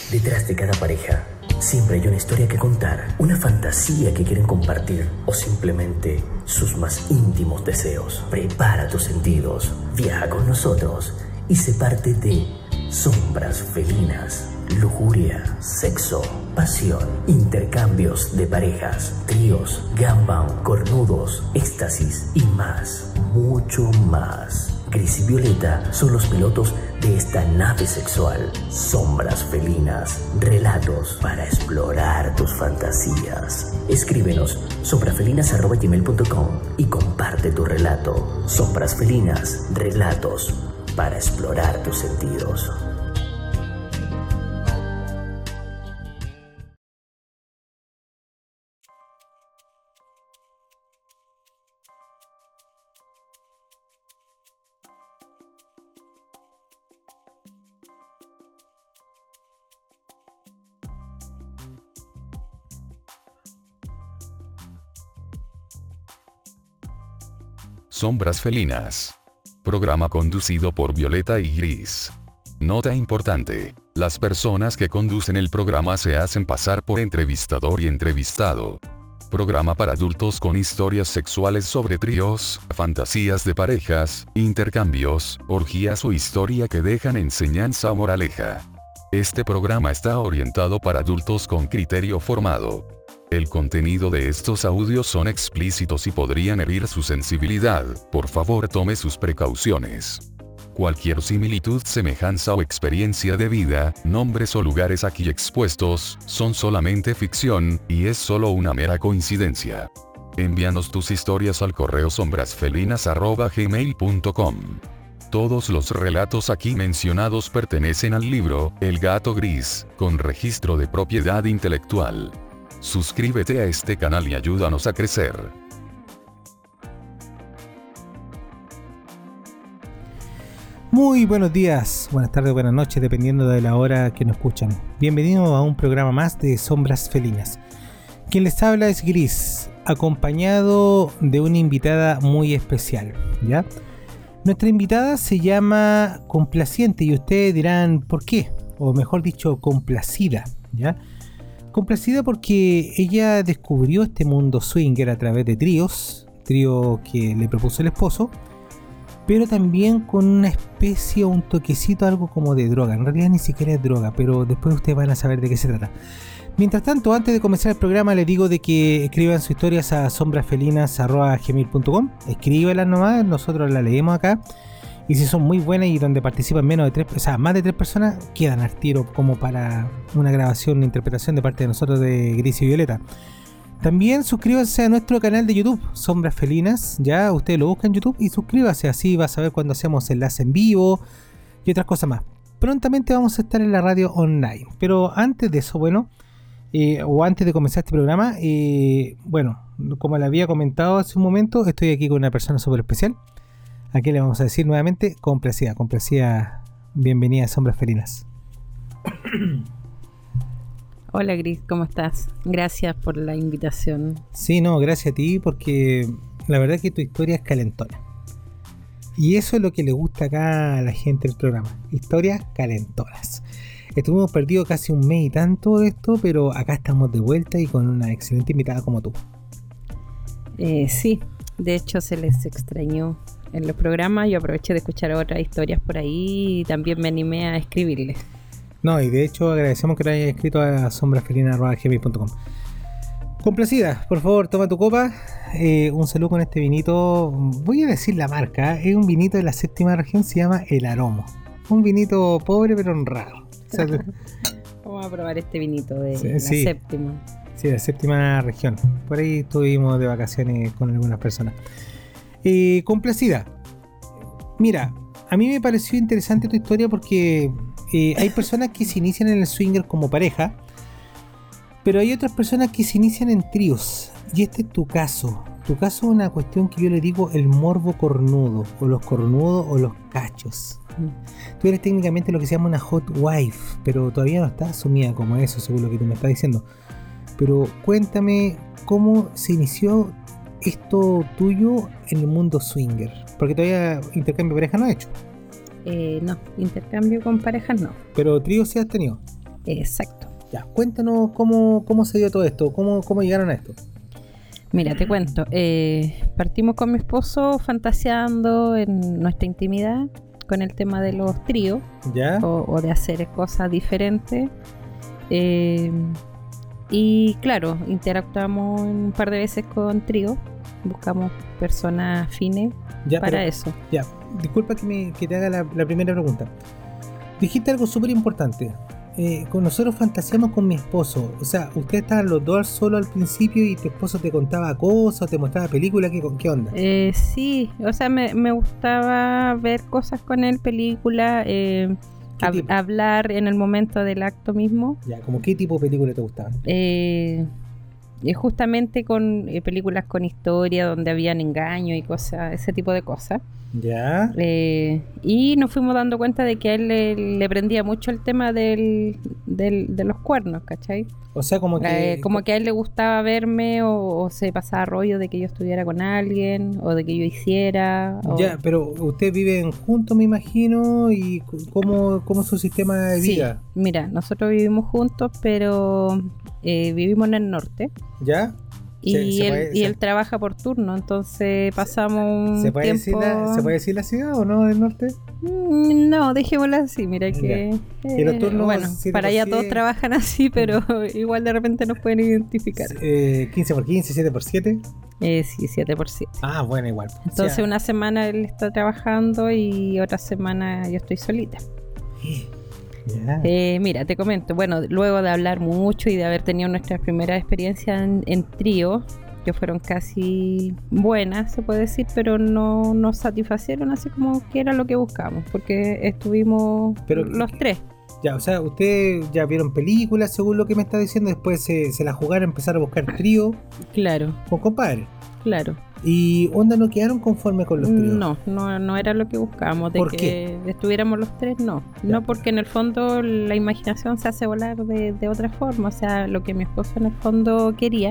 Detrás de cada pareja siempre hay una historia que contar, una fantasía que quieren compartir o simplemente sus más íntimos deseos. Prepara tus sentidos, viaja con nosotros y sé parte de Sombras Felinas. Lujuria, sexo, pasión, intercambios de parejas, tríos, gangbang, cornudos, éxtasis y más, mucho más. Gris y Violeta son los pilotos de esta nave sexual. Sombras Felinas, relatos para explorar tus fantasías. Escríbenos sombrasfelinas@gmail.com y comparte tu relato. Sombras Felinas, relatos para explorar tus sentidos. Sombras Felinas. Programa conducido por Violeta y Gris. Nota importante. Las personas que conducen el programa se hacen pasar por entrevistador y entrevistado. Programa para adultos con historias sexuales sobre tríos, fantasías de parejas, intercambios, orgías o historia que dejan enseñanza o moraleja. Este programa está orientado para adultos con criterio formado. El contenido de estos audios son explícitos y podrían herir su sensibilidad. Por favor, tome sus precauciones. Cualquier similitud, semejanza o experiencia de vida, nombres o lugares aquí expuestos, son solamente ficción, y es solo una mera coincidencia. Envíanos tus historias al correo sombrasfelinas@gmail.com. Todos los relatos aquí mencionados pertenecen al libro El Gato Gris, con registro de propiedad intelectual. Suscríbete a este canal y ayúdanos a crecer. Muy buenos días, buenas tardes, buenas noches, dependiendo de la hora que nos escuchan. Bienvenidos a un programa más de Sombras Felinas. Quien les habla es Gris, acompañado de una invitada muy especial, ¿ya? Nuestra invitada se llama Complaciente y ustedes dirán ¿por qué? O mejor dicho, complacida, ¿ya? Complacida porque ella descubrió este mundo swinger a través de trío que le propuso el esposo, pero también con una especie o un toquecito, algo como de droga. En realidad ni siquiera es droga, pero después ustedes van a saber de qué se trata. Mientras tanto, antes de comenzar el programa, les digo de que escriban sus historias a sombrasfelinas@gmail.com. Escríbanlas nomás, nosotros las leemos acá. Y si son muy buenas y donde participan más de 3 personas, quedan al tiro como para una grabación, una interpretación de parte de nosotros de Gris y Violeta. También suscríbanse a nuestro canal de YouTube, Sombras Felinas. Ya ustedes lo buscan en YouTube y suscríbanse, así vas a ver cuando hacemos enlace en vivo y otras cosas más. Prontamente vamos a estar en la radio online. Pero antes de eso, antes de comenzar este programa, como le había comentado hace un momento, estoy aquí con una persona súper especial. Aquí le vamos a decir nuevamente, complacida, bienvenida a Sombras Felinas. Hola Gris, ¿cómo estás? Gracias por la invitación. Sí, no, gracias a ti porque la verdad es que tu historia es calentona. Y eso es lo que le gusta acá a la gente del programa, historias calentonas. Estuvimos perdidos casi un mes y tanto de esto, pero acá estamos de vuelta y con una excelente invitada como tú. Sí, de hecho se les extrañó en los programas. Yo aproveché de escuchar otras historias por ahí y también me animé a escribirles. No, y de hecho agradecemos que te hayas escrito a sombrasfelinas@gmail.com. Complacida, por favor, toma tu copa. Un saludo con este vinito. Voy a decir la marca, es un vinito de la séptima región, se llama El Aromo. Un vinito pobre pero raro. Vamos a probar este vinito de la sí, séptima. Sí, de la séptima región. Por ahí estuvimos de vacaciones con algunas personas. Complacida. Mira, a mí me pareció interesante tu historia porque hay personas que se inician en el swinger como pareja, pero hay otras personas que se inician en tríos. Y este es tu caso. Tu caso es una cuestión que yo le digo el morbo cornudo, o los cornudos o los cachos. Tú eres técnicamente lo que se llama una hot wife, pero todavía no estás asumida como eso, según lo que tú me estás diciendo. Pero cuéntame cómo se inició esto tuyo en el mundo swinger, porque todavía intercambio de pareja no has hecho. No, intercambio con parejas no. Pero tríos sí has tenido. Exacto. Ya, cuéntanos cómo se dio todo esto, cómo llegaron a esto. Mira, te cuento. Partimos con mi esposo fantaseando en nuestra intimidad con el tema de los tríos. ¿Ya? O de hacer cosas diferentes. Y claro, interactuamos un par de veces con trío. Buscamos personas afines Ya, para pero- eso. Ya, disculpa que te haga la primera pregunta. Dijiste algo súper importante. Con nosotros fantaseamos con mi esposo. O sea, ustedes estaban los dos solo al principio y tu esposo te contaba cosas, te mostraba películas. ¿Qué onda? Sí, o sea, me gustaba ver cosas con él, películas, tipo? hablar en el momento del acto mismo. Ya, ¿como qué tipo de película te gustaban? Justamente con películas con historia donde habían engaño y cosas, ese tipo de cosas. Ya. Y nos fuimos dando cuenta de que a él le prendía mucho el tema de los cuernos, ¿cachai? O sea, como que... Como que a él le gustaba verme o se pasaba rollo de que yo estuviera con alguien o de que yo hiciera. Ya, pero ustedes viven juntos, me imagino, y ¿cómo es su sistema de Sí, vida? mira, nosotros vivimos juntos, pero vivimos en el norte. ¿Ya? Y él trabaja por turno, entonces pasamos un ¿Se puede tiempo... ¿Se puede decir la ciudad o no del norte? No, dejémosla así, mira que... ¿Y los turnos bueno, 7 para por allá 7? todos trabajan así, pero igual de repente nos pueden identificar. 15 por 15, 7 por 7. Sí, 7 por 7. Ah, bueno, igual. Entonces O sea, una semana él está trabajando y otra semana yo estoy solita. ya. Mira, te comento, bueno, luego de hablar mucho y de haber tenido nuestras primeras experiencias en trío, que fueron casi buenas, se puede decir, pero no nos satisfacieron así como que era lo que buscamos, porque estuvimos Pero, los tres. Ya, o sea, ustedes ya vieron películas, según lo que me está diciendo, después se la jugaron, empezaron a buscar trío Claro, con compadres. claro. Y onda, no quedaron conformes con los tríos. No era lo que buscábamos, de ¿Por que estuviéramos los tres, no. Ya. No, porque en el fondo la imaginación se hace volar de otra forma, o sea, lo que mi esposo en el fondo quería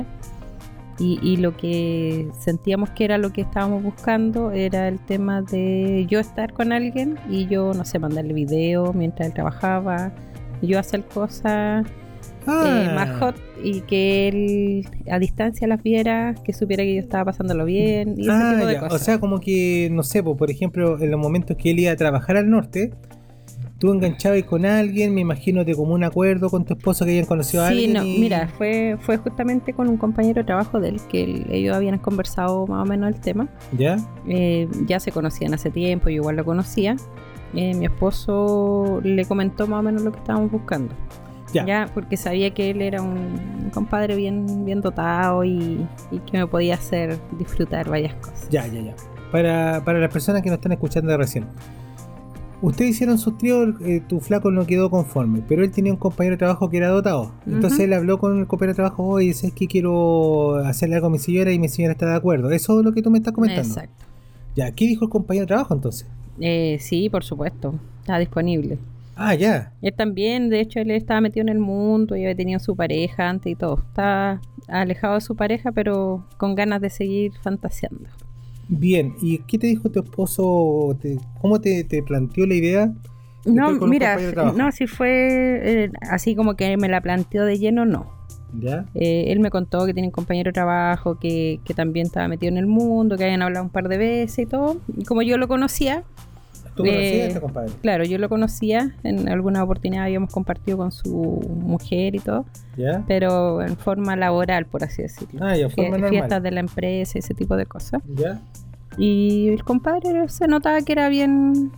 y lo que sentíamos que era lo que estábamos buscando era el tema de yo estar con alguien y yo, no sé, mandarle video mientras él trabajaba, yo hacer cosas más hot y que él a distancia las viera, que supiera que yo estaba pasándolo bien y ese tipo de ya. cosas. O sea, como que, no sé, por ejemplo, en los momentos que él iba a trabajar al norte, tú enganchabas con alguien, me imagino de común acuerdo con tu esposo que hayan conocido a Sí, alguien. no, mira, fue justamente con un compañero de trabajo de él que ellos habían conversado más o menos el tema. ¿Ya? Ya se conocían hace tiempo, yo igual lo conocía. Mi esposo le comentó más o menos lo que estábamos buscando. Ya, porque sabía que él era un compadre bien dotado y que me podía hacer disfrutar varias cosas. Ya. Para las personas que nos están escuchando de recién. Ustedes hicieron sus tríos, tu flaco no quedó conforme, pero él tenía un compañero de trabajo que era dotado. Entonces él habló con el compañero de trabajo, oye, ¿sabes que quiero hacerle algo a mi señora? Y mi señora está de acuerdo. Eso es lo que tú me estás comentando. Exacto. Ya, ¿qué dijo el compañero de trabajo entonces? Sí, por supuesto, está disponible. Ah, ya. Él también, de hecho, él estaba metido en el mundo y había tenido su pareja antes y todo. Está alejado de su pareja, pero con ganas de seguir fantaseando. Bien, ¿y qué te dijo tu esposo? ¿Cómo te planteó la idea? No, Con un mira, compañero de trabajo. no, si fue así como que me la planteó de lleno, no. ¿Ya? Él me contó que tiene un compañero de trabajo que también estaba metido en el mundo, que habían hablado un par de veces y todo. Y como yo lo conocía, ¿Tú conocías a este compadre? claro, yo lo conocía, en alguna oportunidad habíamos compartido con su mujer y todo, ¿Ya? pero en forma laboral, por así decirlo. Ah, ya, forma normal. Fiestas de la empresa, ese tipo de cosas. ¿Ya? Y el compadre se notaba que era bien,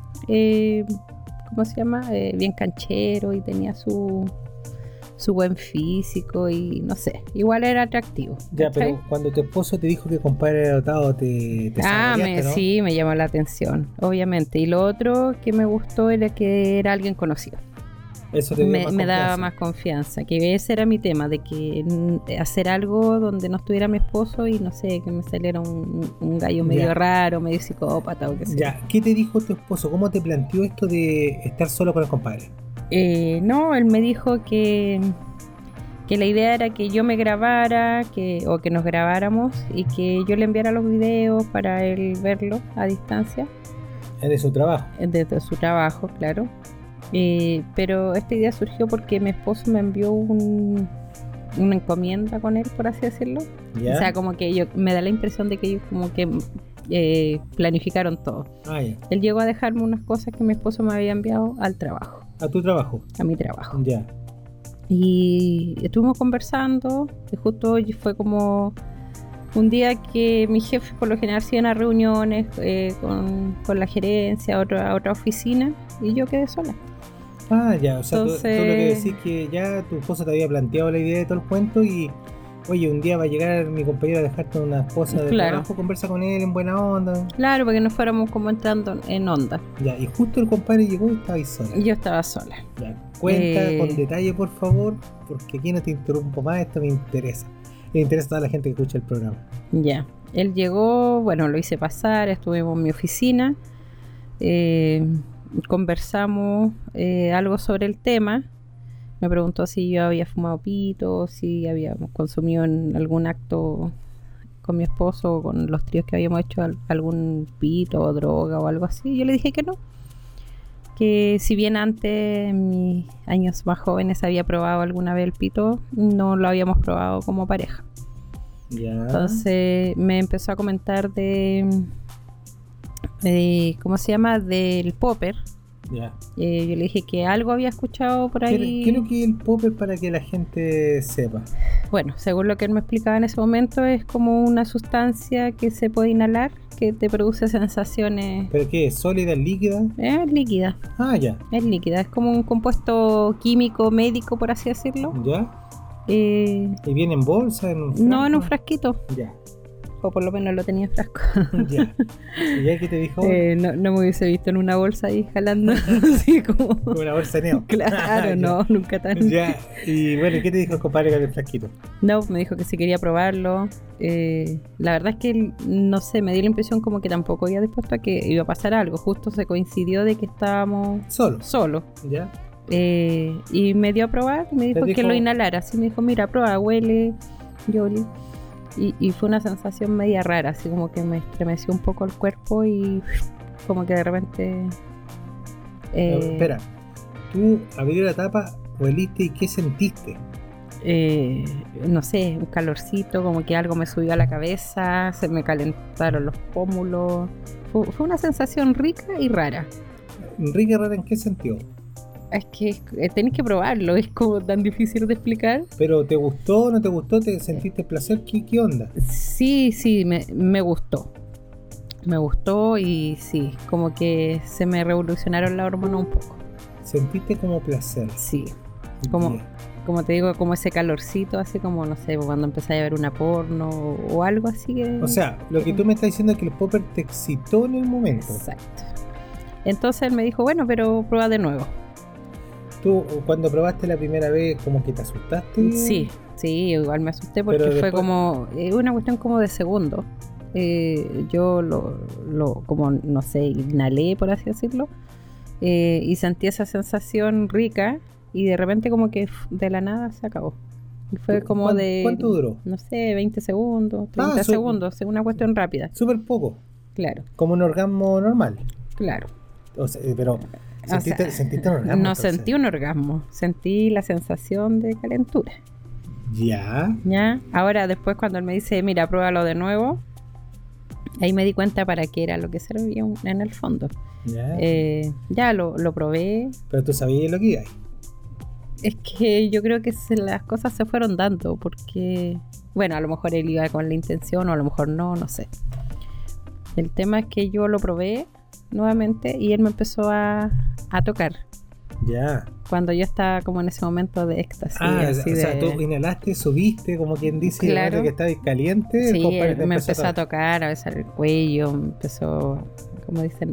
¿cómo se llama? Bien canchero y tenía su buen físico y no sé, igual era atractivo. Ya, ¿cachai? pero cuando tu esposo te dijo que compadre era dotado, te saboreaste, ¿no? Sí, me llamó la atención, obviamente. Y lo otro que me gustó era que era alguien conocido. Eso te dio más Me daba confianza. más confianza, que ese era mi tema, de que hacer algo donde no estuviera mi esposo y no sé, que me saliera un gallo medio Ya. raro, medio psicópata o qué sé. Ya, ¿qué te dijo tu esposo? ¿Cómo te planteó esto de estar solo con el compadre? No, él me dijo que la idea era que yo me grabara o que nos grabáramos y que yo le enviara los videos para él verlo a distancia, Es de su trabajo. desde su trabajo, claro. Pero esta idea surgió porque mi esposo me envió una encomienda con él, por así decirlo. ¿Ya? O sea, como que me da la impresión de que ellos como que planificaron todo. Ya. Él llegó a dejarme unas cosas que mi esposo me había enviado al trabajo, ¿A tu trabajo? a mi trabajo. Ya. Y estuvimos conversando, y justo hoy fue como un día que mi jefe por lo general se iban a reuniones con la gerencia, a otra oficina, y yo quedé sola. Ya, o sea, Entonces... tú lo que decís que ya tu esposo te había planteado la idea de todo el cuento y, oye, un día va a llegar mi compañero a dejarte unas cosas de Claro. trabajo, conversa con él en buena onda. Claro, porque nos fuéramos como entrando en onda. Ya, y justo el compadre llegó y estaba ahí sola. Y yo estaba sola. Ya, cuenta con Eh. detalle, por favor, porque aquí no te interrumpo más, esto me interesa. Le interesa a toda la gente que escucha el programa. Ya. Él llegó, bueno, lo hice pasar, estuvimos en mi oficina, conversamos algo sobre el tema. Me preguntó si yo había fumado pito, si habíamos consumido en algún acto con mi esposo, o con los tríos que habíamos hecho algún pito o droga o algo así. Yo le dije que no. Que si bien antes, en mis años más jóvenes, había probado alguna vez el pito, no lo habíamos probado como pareja. Ya. Entonces me empezó a comentar de ¿cómo se llama? Del popper. Ya. Yo le dije que algo había escuchado por ahí. ¿Qué es lo que es el popper para que la gente sepa? Bueno, según lo que él me explicaba en ese momento, es como una sustancia que se puede inhalar, que te produce sensaciones. ¿Pero qué es? ¿Sólida, líquida? Es líquida, Ya. es líquida, es como un compuesto químico, médico, por así decirlo. ¿Ya? Eh, ¿Y viene en bolsa? ¿En un frasco? no en un frasquito, Ya. o por lo menos lo tenía en frasco. Ya. ¿Y ya que te dijo? No me hubiese visto en una bolsa ahí jalando, así como... Una bolsa de neo. Claro, Ya. no, nunca tan... Ya. Y bueno, ¿qué te dijo el compadre con el frasquito? No, me dijo que si quería probarlo. La verdad es que él, no sé, me dio la impresión como que tampoco había dispuesto a que iba a pasar algo. Justo se coincidió de que estábamos Solo. solos. ¿Ya? Y me dio a probar, me dijo ¿Te que dijo? lo inhalara. Así me dijo, mira, prueba, huele. Yo olí. Y fue una sensación media rara, así como que me estremeció un poco el cuerpo y como que de repente... Espera. Tú abriste la tapa, hueliste y ¿qué sentiste? no sé, un calorcito, como que algo me subió a la cabeza, se me calentaron los pómulos. Fue una sensación rica y rara. Enrique Herrera, ¿en qué sentido? Es que tenés que probarlo, es como tan difícil de explicar. ¿Pero te gustó, no te gustó? ¿Te sentiste placer? ¿Qué onda? Sí, me gustó. Me gustó y sí, como que se me revolucionaron la hormona un poco. ¿Sentiste como placer? Sí, como, Bien. como te digo, como ese calorcito, así como, no sé, cuando empezáis a ver una porno o algo así que... O sea, lo que tú me estás diciendo es que el popper te excitó en el momento. Exacto. Entonces él me dijo, bueno, pero prueba de nuevo. ¿Tú cuando probaste la primera vez como que te asustaste? Sí, igual me asusté porque Pero fue después- como una cuestión como de segundo. Yo como no sé, inhalé, por así decirlo, y sentí esa sensación rica y de repente como que de la nada se acabó. Y fue como ¿Cuánto duró? no sé, 20 segundos, 30 segundos, es una cuestión rápida. Súper poco, Claro, como un orgasmo normal. claro. O sea, pero O ¿sentiste, sea, sentiste un orgasmo? No entonces? sentí un orgasmo, sentí la sensación de calentura. Ya. ¿Ya? Ahora después cuando él me dice, mira, pruébalo de nuevo, ahí me di cuenta para qué era lo que servía en el fondo. Ya. Ya lo probé. Pero tú sabías lo que iba ahí. Es que yo creo que las cosas se fueron dando porque, bueno, a lo mejor él iba con la intención o a lo mejor no sé. El tema es que yo lo probé nuevamente y él me empezó a tocar Ya. cuando yo estaba como en ese momento de éxtasis. así o sea, de... tú inhalaste, subiste, como quien dice, Claro. de que estabas caliente. el Sí, compadre te me empezó a tocar, a besar el cuello, me empezó, como dicen,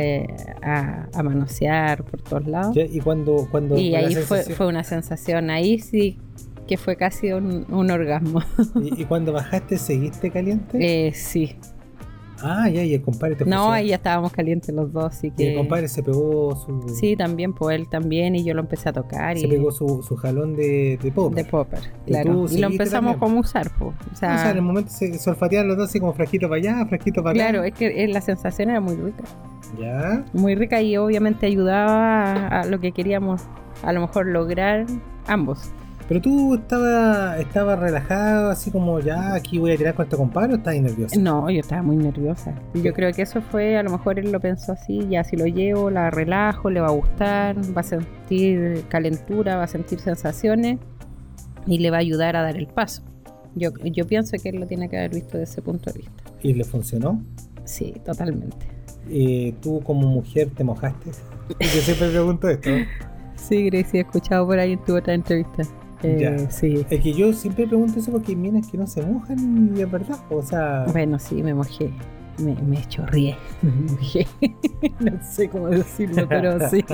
a manosear por todos lados. Ya, y cuando Y la ahí sensación- fue una sensación, ahí sí que fue casi un orgasmo. y cuando bajaste, ¿seguiste caliente? Sí, Ah, ya, y el compadre te No, ofreció. ahí ya estábamos calientes los dos, así Y que... el compadre se pegó su... Sí, también, pues él también, y yo lo empecé a tocar. Se pegó su jalón de pop. De popper, Y claro. tú Y lo seguiste empezamos también. como a usar, pues. O sea, en el momento se olfateaban los dos así como frasquito para allá, frasquito para acá. claro, es que la sensación era muy rica. Ya. Muy rica y obviamente ayudaba a lo que queríamos a lo mejor lograr ambos. Pero tú estabas relajado, así como ya aquí voy a tirar con este compadre, o estabas nervioso. No, yo estaba muy nerviosa. Y yo creo que eso fue, a lo mejor él lo pensó así, ya si lo llevo, la relajo, le va a gustar, va a sentir calentura, va a sentir sensaciones y le va a ayudar a dar el paso. Yo pienso que él lo tiene que haber visto desde ese punto de vista. ¿Y le funcionó? Sí, totalmente. ¿Tú como mujer te mojaste? Yo siempre pregunto esto. Sí, Gracie, he escuchado por ahí en tu otra entrevista. Ya. Sí. Es que yo siempre pregunto eso porque hay minas que no se mojan y es verdad. O sea, Bueno, sí, me mojé. Me chorrié. Me mojé. No sé cómo decirlo, pero sí.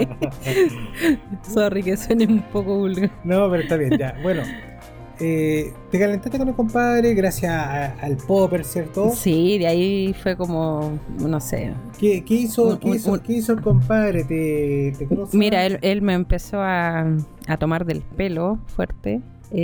Sorry que suene un poco vulgar. no, pero está bien, ya. Bueno, te calentaste con el compadre gracias al popper, ¿cierto? Sí, de ahí fue como, no sé. ¿Qué hizo el compadre? ¿Te conoce? Mira, él me empezó a tomar del pelo fuerte.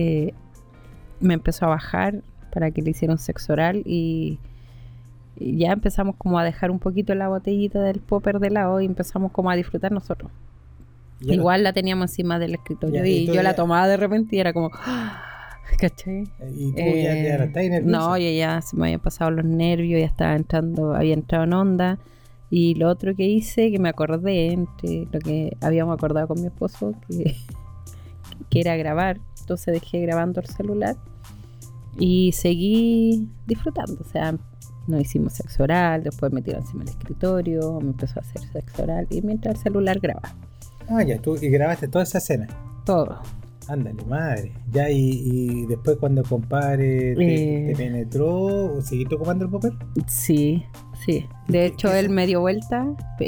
Me empezó a bajar para que le hiciera un sexo oral y ya empezamos como a dejar un poquito la botellita del popper de lado y empezamos como a disfrutar nosotros. Ya Igual la teníamos encima del escritorio Ya, y tú yo la ya- tomaba de repente y era como, ¿cachai? ¿Y tú ya no estás nervioso? No, yo ya se me habían pasado los nervios, ya estaba había entrado en onda. Y lo otro que hice, que me acordé entre lo que habíamos acordado con mi esposo, que era grabar. Entonces dejé grabando el celular y seguí disfrutando. O sea, nos hicimos sexo oral, después me tiró encima del escritorio, me empezó a hacer sexo oral y mientras el celular grababa. Ah, ya, tú y grabaste toda esa escena. Todo. Ándale, madre. Ya, y después cuando el compadre te penetró, ¿seguiste ocupando el popper? Sí, sí. De hecho, él me dio vuelta.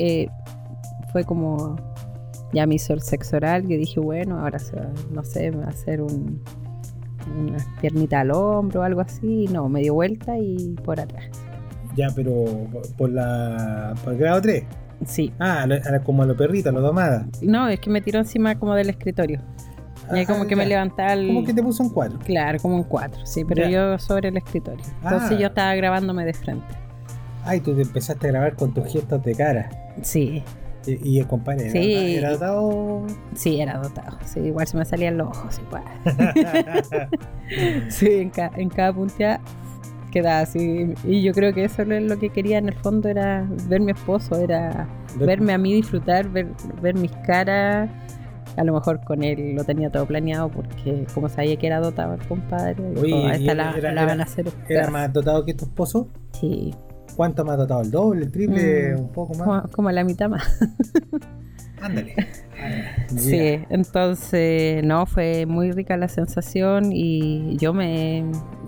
Fue como... Ya me hizo el sexo oral. Yo dije, bueno, ahora no sé, me va a hacer una piernita al hombro o algo así. No, me dio vuelta y por atrás. Ya, pero por el grado 3. Sí. Ah, como a los perritos, a los domadas. No, es que me tiró encima como del escritorio. Y ahí como que ya. me levantaba el... Como que te puso un 4. Claro, como en 4, sí, pero Ya. yo sobre el escritorio. Entonces Ah. yo estaba grabándome de frente. Ay, tú te empezaste a grabar con tus gestos de cara. Sí, Y el compadre Sí. era dotado. sí, era dotado. Sí, igual se me salían los ojos. Igual. Sí, en cada punteada quedaba así. Y yo creo que eso es lo que quería en el fondo, era ver mi esposo, era verme a mí disfrutar, ver mis caras. A lo mejor con él lo tenía todo planeado porque como sabía que era dotado el compadre, dijo, Oye, "A esta y la van a hacer ¿Era ustedes". más dotado que tu esposo? Sí, ¿Cuánto más dotado? ¿El doble, el triple, un poco más? como la mitad más. Ándale. Sí, entonces no, fue muy rica la sensación y yo me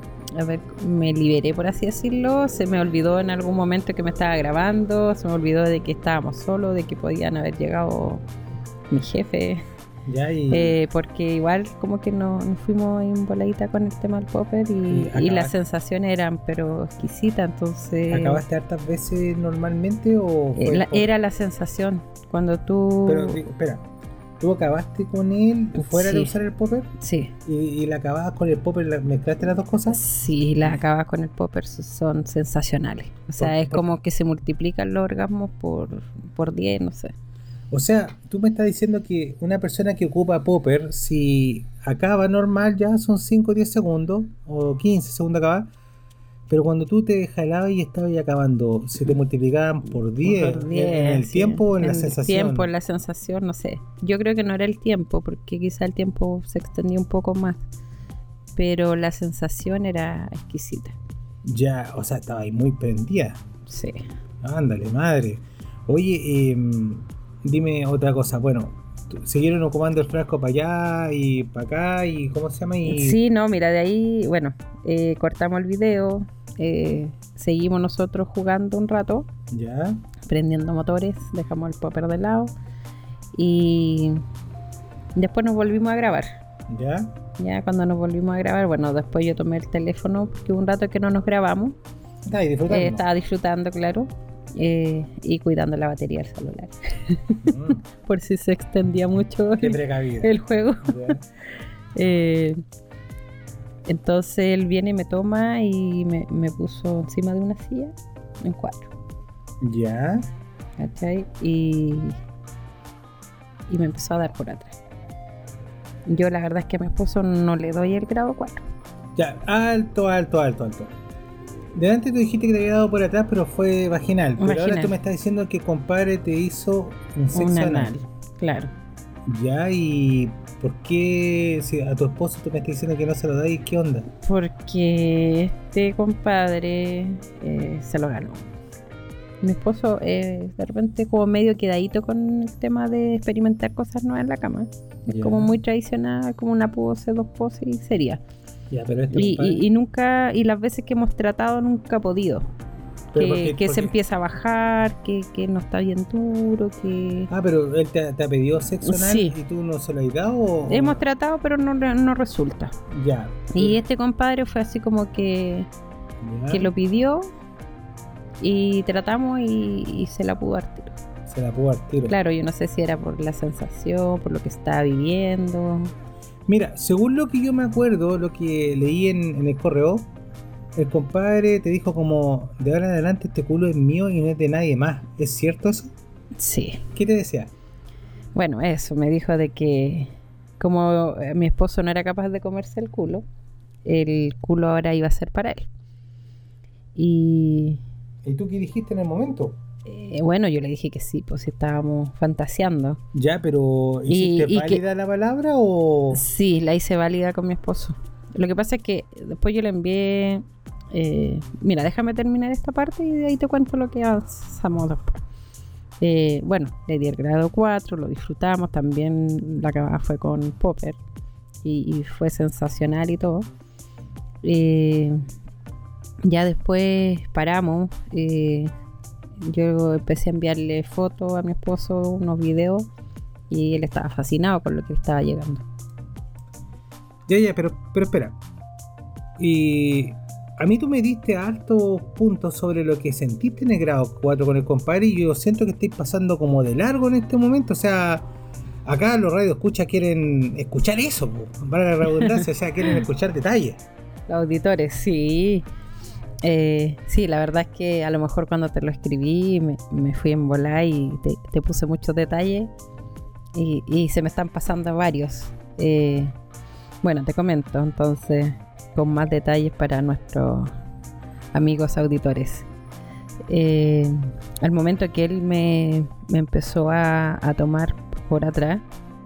liberé, por así decirlo. Se me olvidó en algún momento que me estaba grabando, se me olvidó de que estábamos solos, de que podían haber llegado mi jefe, Ya, y porque igual como que nos fuimos en voladita con el tema del popper Y y acabaste. las sensaciones eran pero exquisitas, entonces ¿acabaste hartas veces normalmente o fue era la sensación cuando tú... Pero espera, ¿tú acabaste con él fuera de Sí. usar el popper? Sí. ¿Y la acababas con el popper? ¿Mezclaste las dos cosas? Sí, las acabas con el popper son sensacionales. O sea, es como que se multiplican los orgasmos por 10, no sé. O sea, tú me estás diciendo que una persona que ocupa popper, si acaba normal ya son 5 o 10 segundos, o 15 segundos acaba, pero cuando tú te jalabas y estabas ya acabando, se te multiplicaban por 10, Por en 10, el sí. tiempo o en la el sensación. tiempo, en la sensación, no sé. Yo creo que no era el tiempo, porque quizá el tiempo se extendía un poco más. Pero la sensación era exquisita. Ya, o sea, estaba ahí muy prendida. Sí. Ándale, madre. Oye, dime otra cosa. Bueno, ¿siguieron ocupando el frasco para allá y para acá? ¿Y cómo se llama? Sí, no, mira, de ahí, bueno, cortamos el video, seguimos nosotros jugando un rato, Ya. prendiendo motores, dejamos el popper de lado y después nos volvimos a grabar. Ya. Ya cuando nos volvimos a grabar, bueno, después yo tomé el teléfono porque hubo un rato que no nos grabamos Estaba disfrutando, claro. Y cuidando la batería del celular. Por si se extendía mucho el juego. Entonces él viene y me toma y me puso encima de una silla en 4. Ya. ¿Cachai? Y me empezó a dar por atrás. Yo la verdad es que a mi esposo no le doy el grado 4. Ya, alto. Delante tú dijiste que te había dado por atrás, pero fue vaginal. Pero ahora tú me estás diciendo que compadre te hizo un sexo anal. Claro. Ya, ¿y por qué si a tu esposo tú me estás diciendo que no se lo das? ¿Qué onda? Porque este compadre se lo ganó. Mi esposo de repente como medio quedadito con el tema de experimentar cosas nuevas en la cama. Es como muy tradicional, como una pose, 2 poses y sería. Ya, pero y nunca, y las veces que hemos tratado nunca ha podido. Que se empieza a bajar, que no está bien duro, que... Ah, pero él te ha pedido sexo anal y tú no se lo has dado o... Hemos tratado pero no resulta. Ya. Y este compadre fue así como que lo pidió y tratamos y se la pudo dar tiro. Se la pudo dar tiro. Claro, yo no sé si era por la sensación, por lo que estaba viviendo. Mira, según lo que yo me acuerdo, lo que leí en el correo, el compadre te dijo como, de ahora en adelante este culo es mío y no es de nadie más. ¿Es cierto eso? Sí. ¿Qué te decía? Bueno, eso, me dijo de que como mi esposo no era capaz de comerse el culo ahora iba a ser para él. ¿Y tú qué dijiste en el momento? Bueno, yo le dije que sí, pues estábamos fantaseando. Ya, pero ¿hiciste válida la palabra o...? Sí, la hice válida con mi esposo. Lo que pasa es que después yo le envié... mira, déjame terminar esta parte y de ahí te cuento lo que hacemos después. Bueno, le di el grado 4, lo disfrutamos. También la acabada fue con Popper y fue sensacional y todo. Ya después paramos. Yo empecé a enviarle fotos a mi esposo, unos videos, y él estaba fascinado con lo que estaba llegando. Ya, pero espera. Y a mí tú me diste altos puntos sobre lo que sentiste en el grado 4 con el compadre, y yo siento que estáis pasando como de largo en este momento. O sea, acá los radioescuchas quieren escuchar eso, para la redundancia, o sea, quieren escuchar detalles. Los auditores, sí. Sí, la verdad es que a lo mejor cuando te lo escribí me fui en volar y te puse muchos detalles y se me están pasando varios. Bueno, te comento entonces con más detalles para nuestros amigos auditores. Al momento que él me empezó a tomar por atrás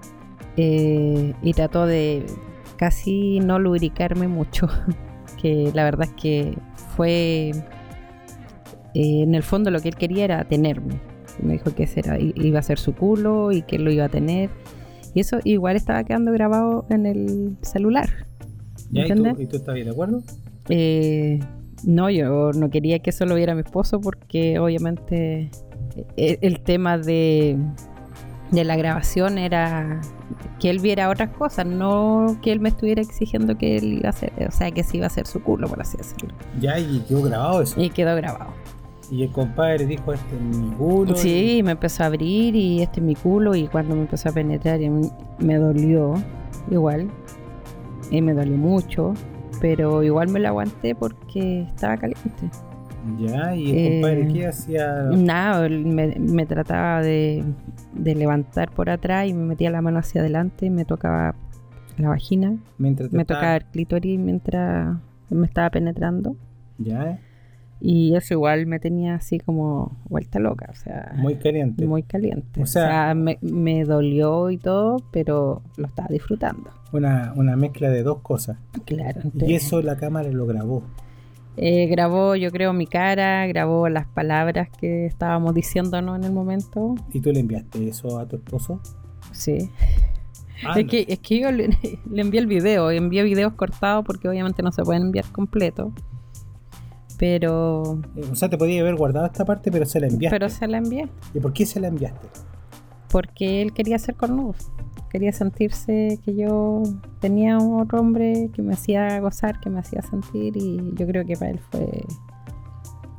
y trató de casi no lubricarme mucho, que la verdad es que fue en el fondo lo que él quería era tenerme. Me dijo que ese iba a ser su culo y que él lo iba a tener, y eso igual estaba quedando grabado en el celular. ¿Entiendes? ¿Y tú estás bien de acuerdo? No, yo no quería que eso lo viera mi esposo porque obviamente el tema de la grabación era que él viera otras cosas, no que él me estuviera exigiendo que él iba a hacer, o sea, que sí iba a ser su culo, por así decirlo. Ya, y quedó grabado eso. Y quedó grabado. Y el compadre dijo, este es mi culo. Sí, y me empezó a abrir y este es mi culo, y cuando me empezó a penetrar me dolió igual, y me dolió mucho, pero igual me lo aguanté porque estaba caliente. Ya, y el compadre, ¿qué hacía? Nada, me trataba de levantar por atrás y me metía la mano hacia adelante, me tocaba la vagina, me tocaba el clítoris mientras me estaba penetrando. Ya. Y eso igual me tenía así como vuelta loca, o sea... Muy caliente. Muy caliente. O sea me dolió y todo, pero lo estaba disfrutando. Una mezcla de dos cosas. Claro. Y eso la cámara lo grabó. Grabó, yo creo, mi cara, grabó las palabras que estábamos diciéndonos en el momento. ¿Y tú le enviaste eso a tu esposo? Sí. Es que yo le envié el video, envié videos cortados porque obviamente no se pueden enviar completos. Pero... O sea, te podía haber guardado esta parte, pero se la enviaste. Pero se la envié. ¿Y por qué se la enviaste? Porque él quería ser cornudo. Quería sentirse que yo tenía otro hombre que me hacía gozar, que me hacía sentir, y yo creo que para él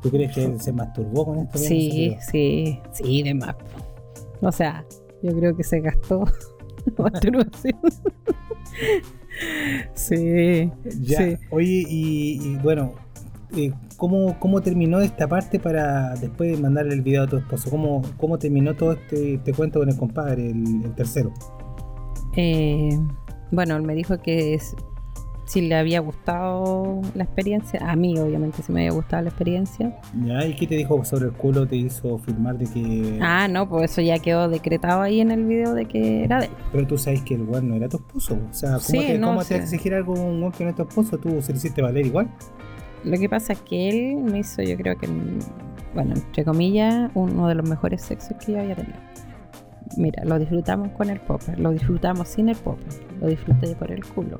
¿Tú crees que él se masturbó con esto? Sí, de más. O sea, yo creo que se gastó masturbación. Sí, Ya, sí. oye, y bueno, ¿cómo terminó esta parte para después mandarle el video a tu esposo? ¿Cómo terminó todo este cuento con el compadre, el tercero? Bueno, él me dijo que si le había gustado la experiencia, a mí obviamente si me había gustado la experiencia. ¿Ya? ¿Y qué te dijo sobre el culo? ¿Te hizo firmar de que...? Ah, no, pues eso ya quedó decretado ahí en el video de que era de él. Pero tú sabes que el weón no era tu esposo. O sea, Sí, ¿cómo sí. te exigir algo un weón que no es tu esposo? ¿Tú se lo hiciste valer igual? Lo que pasa es que él me hizo, yo creo que, bueno, entre comillas, uno de los mejores sexos que yo había tenido. Mira, lo disfrutamos con el popper, lo disfrutamos sin el popper, lo disfruté por el culo.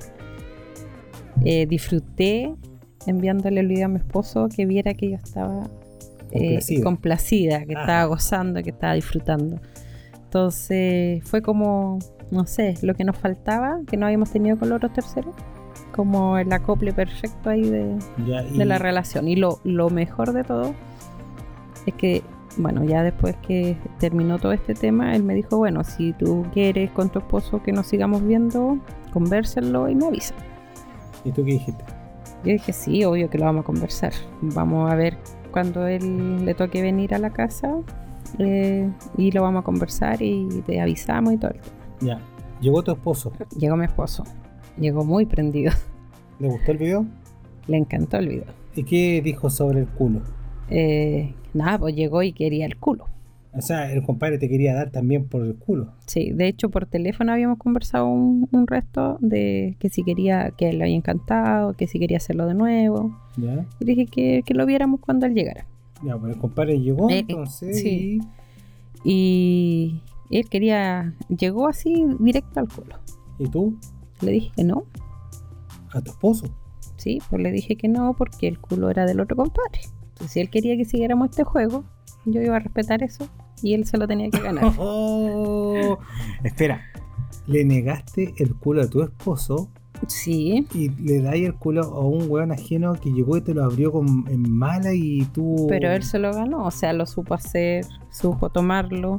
Disfruté enviándole el video a mi esposo que viera que yo estaba complacida, que estaba gozando, que estaba disfrutando. Entonces fue como, no sé, lo que nos faltaba, que no habíamos tenido con los otros terceros, como el acople perfecto ahí de la relación. Y lo mejor de todo es que, bueno, ya después que terminó todo este tema, él me dijo, bueno, si tú quieres con tu esposo que nos sigamos viendo, convérsenlo y me avisa. ¿Y tú qué dijiste? Yo dije, sí, obvio que lo vamos a conversar. Vamos a ver cuando él le toque venir a la casa y lo vamos a conversar y te avisamos y todo el tema. Ya. ¿Llegó tu esposo? Llegó mi esposo. Llegó muy prendido. ¿Le gustó el video? Le encantó el video. ¿Y qué dijo sobre el culo? Nada, pues llegó y quería el culo. O sea, el compadre te quería dar también por el culo. Sí, de hecho por teléfono habíamos conversado un resto de que si quería, que le había encantado, que si quería hacerlo de nuevo. ¿Ya? Y dije que lo viéramos cuando él llegara. Ya, pues el compadre llegó entonces sí. Y él llegó así directo al culo. ¿Y tú? Le dije que no. ¿A tu esposo? Sí, pues le dije que no porque el culo era del otro compadre. Entonces si él quería que siguiéramos este juego, yo iba a respetar eso y él se lo tenía que ganar. Espera, ¿le negaste el culo a tu esposo? Sí. Y le dais el culo a un weón ajeno que llegó y te lo abrió en mala y tú... Pero él se lo ganó, o sea, lo supo hacer, supo tomarlo,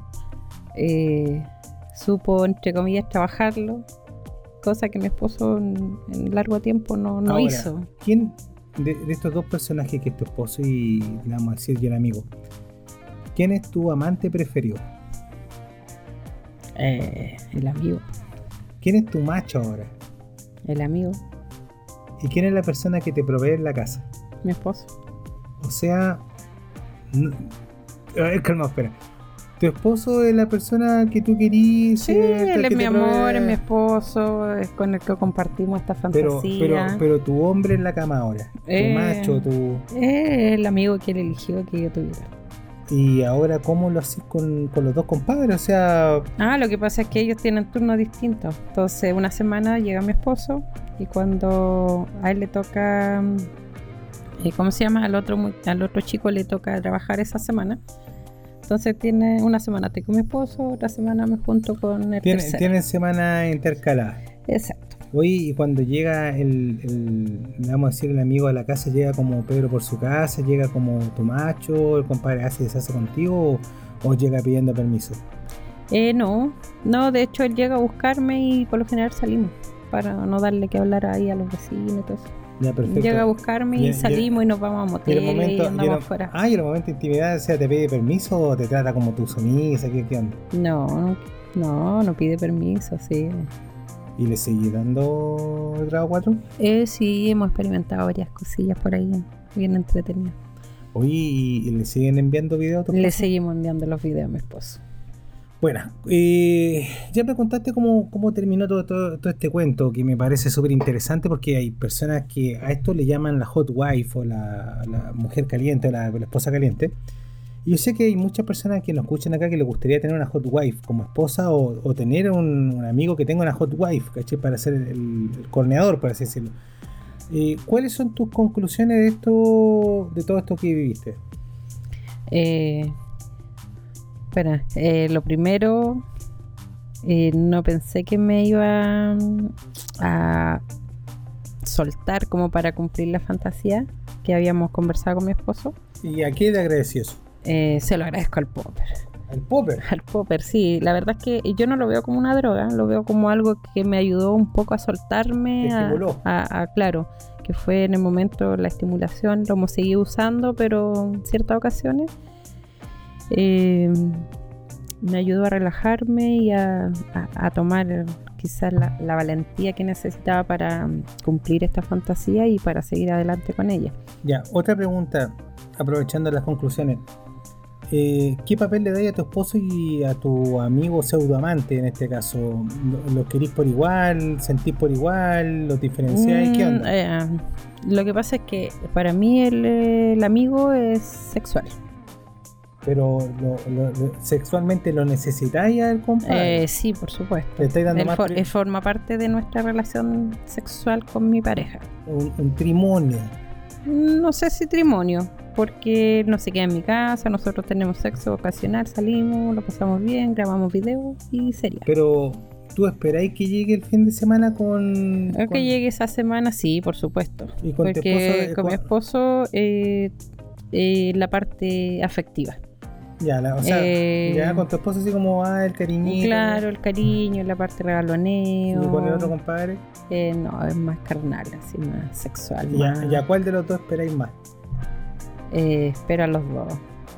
supo, entre comillas, trabajarlo, cosa que mi esposo en largo tiempo no Ahora, hizo. ¿Quién de estos dos personajes que es tu esposo y le vamos a decir y el amigo, quién es tu amante preferido? El amigo. ¿Quién es tu macho ahora? El amigo. ¿Y quién es la persona que te provee en la casa? Mi esposo. O sea... A ver, calma, espera. ¿Tu esposo es la persona que tú querías? Sí, él es mi amor, es mi esposo, es con el que compartimos esta fantasía. Pero tu hombre en la cama ahora, tu macho, el amigo que él eligió que yo tuviera. Y ahora, ¿cómo lo haces con los dos compadres? O sea... Lo que pasa es que ellos tienen turnos distintos. Entonces, una semana llega mi esposo y cuando a él le toca... ¿cómo se llama? Al otro chico le toca trabajar esa semana. Entonces tiene una semana estoy con mi esposo, otra semana me junto con el tercero. Tienen semana intercalada. Exacto. Oye, y cuando llega vamos a decir, el amigo a la casa, llega como Pedro por su casa, llega como tu macho, el compadre hace y deshace contigo, o llega pidiendo permiso. No, de hecho él llega a buscarme y por lo general salimos para no darle que hablar ahí a los vecinos y todo eso. Ya, perfecto. Llega a buscarme y salimos y nos vamos a moteles y andamos afuera. Y en el momento de intimidad, o sea, ¿te pide permiso o te trata como tu sumisa? ¿Qué onda? No pide permiso, sí. ¿Y le seguí dando el grado 4? Sí, hemos experimentado varias cosillas por ahí, bien entretenidas. Oye, ¿y le siguen enviando videos a tu esposo? Le seguimos enviando los videos a mi esposo. Bueno, ya me contaste cómo terminó todo este cuento, que me parece súper interesante porque hay personas que a esto le llaman la hot wife o la mujer caliente o la esposa caliente. Y yo sé que hay muchas personas que nos escuchan acá que les gustaría tener una hot wife como esposa o tener un amigo que tenga una hot wife, ¿cachai? Para ser el corneador, por así decirlo. ¿Cuáles son tus conclusiones de todo esto que viviste? Lo primero, no pensé que me iba a soltar como para cumplir la fantasía que habíamos conversado con mi esposo. ¿Y a qué le agradeció eso? Se lo agradezco al Popper. ¿Al Popper? Al Popper, sí. La verdad es que yo no lo veo como una droga, lo veo como algo que me ayudó un poco a soltarme. ¿Te estimuló? Claro, que fue en el momento la estimulación, lo hemos seguido usando, pero en ciertas ocasiones me ayudó a relajarme y a tomar quizás la valentía que necesitaba para cumplir esta fantasía y para seguir adelante con ella. Ya, otra pregunta, aprovechando las conclusiones. ¿Qué papel le dais a tu esposo y a tu amigo pseudoamante en este caso? ¿Los querís por igual? ¿Sentís por igual? ¿Los diferenciáis? ¿Qué onda? Lo que pasa es que para mí el amigo es sexual. Pero ¿sexualmente lo necesitáis al compadre? Sí, por supuesto. ¿Le estáis dando Él forma parte de nuestra relación sexual con mi pareja. Un trimonio. No sé si trimonio, porque no se queda en mi casa, nosotros tenemos sexo ocasional, salimos, lo pasamos bien, grabamos videos y sería. Pero, ¿tú esperáis que llegue el fin de semana con...? Que llegue esa semana, sí, por supuesto. ¿Y con tu esposo? Con mi esposo, la parte afectiva. Ya, ya con tu esposo así como el cariñito. Claro, el cariño, la parte regaloneo. ¿Y con el otro compadre? No, es más carnal, así más sexual. ¿Y a cuál de los dos esperáis más? Espero a los dos.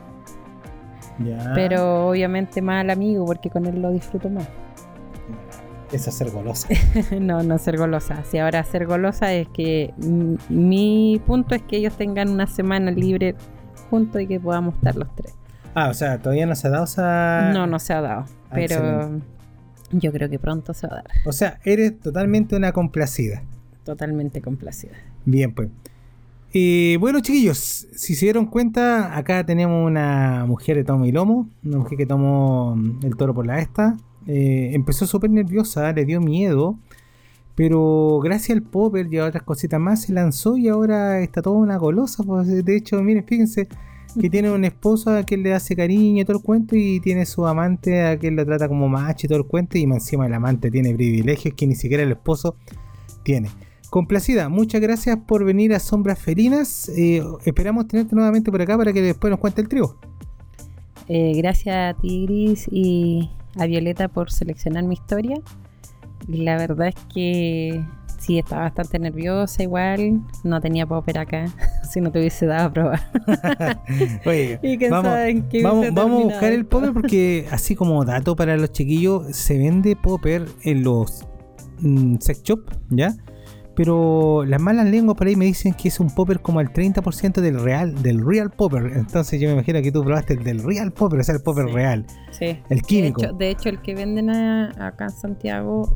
Ya. Pero obviamente más al amigo, porque con él lo disfruto más. Eso es ser golosa. No ser golosa. Si ahora ser golosa es que mi punto es que ellos tengan una semana libre juntos y que podamos estar los tres. O sea, todavía no se ha dado esa... No se ha dado, pero excelente. Yo creo que pronto se va a dar. O sea, eres totalmente una complacida. Totalmente complacida. Bien, pues. Bueno, chiquillos, si se dieron cuenta, acá tenemos una mujer de tomo y lomo, una mujer que tomó el toro por la esta. Empezó súper nerviosa, le dio miedo, pero gracias al Popper y a otras cositas más se lanzó y ahora está toda una golosa. Pues, de hecho, miren, fíjense que tiene un esposo a quien le hace cariño y todo el cuento, y tiene su amante a quien lo trata como macho y todo el cuento, y encima el amante tiene privilegios que ni siquiera el esposo tiene. Complacida, muchas gracias por venir a Sombras Felinas. Esperamos tenerte nuevamente por acá para que después nos cuente el trío. Gracias a ti, Gris, y a Violeta por seleccionar mi historia. La verdad es que sí, estaba bastante nerviosa igual. No tenía Popper acá, si no te hubiese dado a probar. Oye, y vamos a buscar el Popper, porque así como dato para los chiquillos, se vende Popper en los sex shop, ¿ya? Pero las malas lenguas por ahí me dicen que es un Popper como el 30% del real Popper. Entonces yo me imagino que tú probaste el del real Popper, o sea, el Popper real. Sí. El químico. De hecho, el que venden acá en Santiago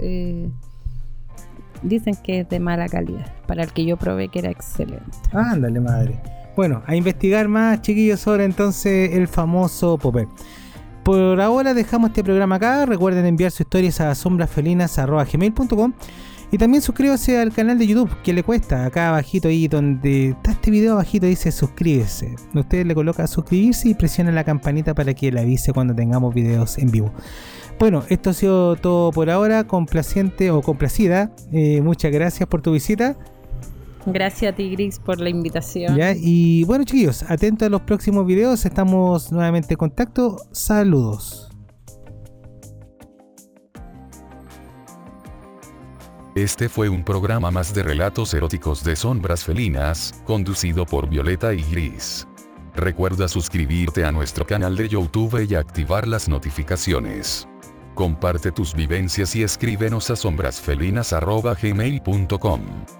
dicen que es de mala calidad. Para el que yo probé, que era excelente. Ándale, madre. Bueno, a investigar más, chiquillos, sobre entonces el famoso Popper. Por ahora dejamos este programa acá. Recuerden enviar sus historias a sombrasfelinas@gmail.com. Y también suscríbase al canal de YouTube, que le cuesta. Acá abajito, ahí donde está este video, abajito dice suscríbese. Usted le coloca suscribirse y presiona la campanita para que le avise cuando tengamos videos en vivo. Bueno, esto ha sido todo por ahora. Complaciente o complacida, muchas gracias por tu visita. Gracias a ti, Gris, por la invitación. ¿Ya? Y bueno, chiquillos, atentos a los próximos videos. Estamos nuevamente en contacto. Saludos. Este fue un programa más de relatos eróticos de Sombras Felinas, conducido por Violeta y Gris. Recuerda suscribirte a nuestro canal de YouTube y activar las notificaciones. Comparte tus vivencias y escríbenos a sombrasfelinas@gmail.com.